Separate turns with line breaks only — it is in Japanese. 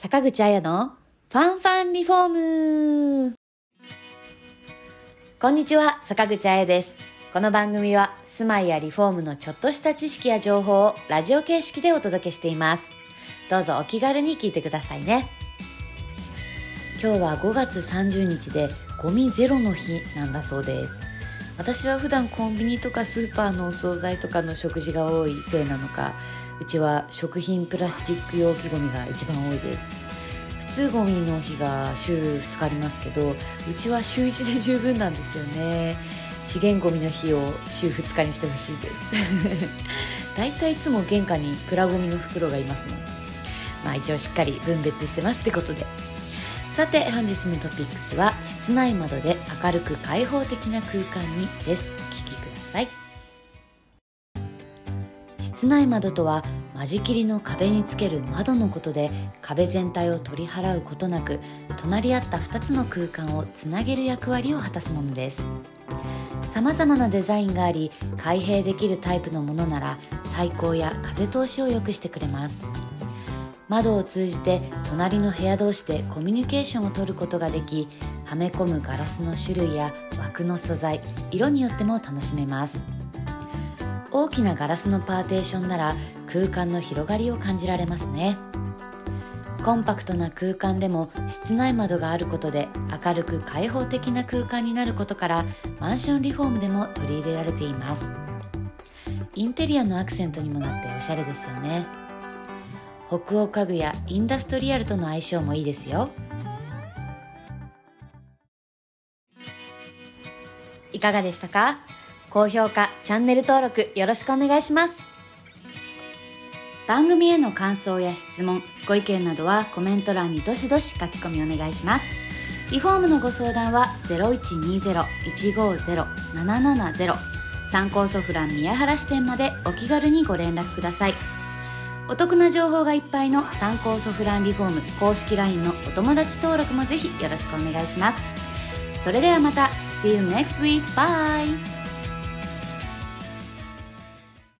坂口彩のファンファンリフォーム。こんにちは、坂口彩です。この番組は住まいやリフォームのちょっとした知識や情報をラジオ形式でお届けしています。どうぞお気軽に聞いてくださいね。今日は5月30日でゴミゼロの日なんだそうです。私は普段コンビニとかスーパーのお惣菜とかの食事が多いせいなのか、うちは食品プラスチック容器ゴミが一番多いです。普通ゴミの日が週2日ありますけど、うちは週1で十分なんですよね。資源ゴミの日を週2日にしてほしいですだいたいいつも玄関にプラゴミの袋がいますの。一応しっかり分別してますってことで。さて本日のトピックスは室内窓で明るく開放的な空間にです。お聞きください。室内窓とは間仕切りの壁につける窓のことで、壁全体を取り払うことなく隣り合った2つの空間をつなげる役割を果たすものです。様々なデザインがあり、開閉できるタイプのものなら採光や風通しを良くしてくれます。窓を通じて隣の部屋同士でコミュニケーションを取ることができ、はめ込むガラスの種類や枠の素材、色によっても楽しめます。大きなガラスのパーテーションなら空間の広がりを感じられますね。コンパクトな空間でも室内窓があることで明るく開放的な空間になることから、マンションリフォームでも取り入れられています。インテリアのアクセントにもなっておしゃれですよね。北欧家具やインダストリアルとの相性もいいですよ。いかがでしたか？高評価、チャンネル登録よろしくお願いします。番組への感想や質問、ご意見などはコメント欄にどしどし書き込みお願いします。リフォームのご相談は 0120-150-770 参考ソフラン宮原支店までお気軽にご連絡ください。お得な情報がいっぱいの参考ソフランリフォーム公式 LINE のお友達登録もぜひよろしくお願いします。それではまた See you next week. Bye!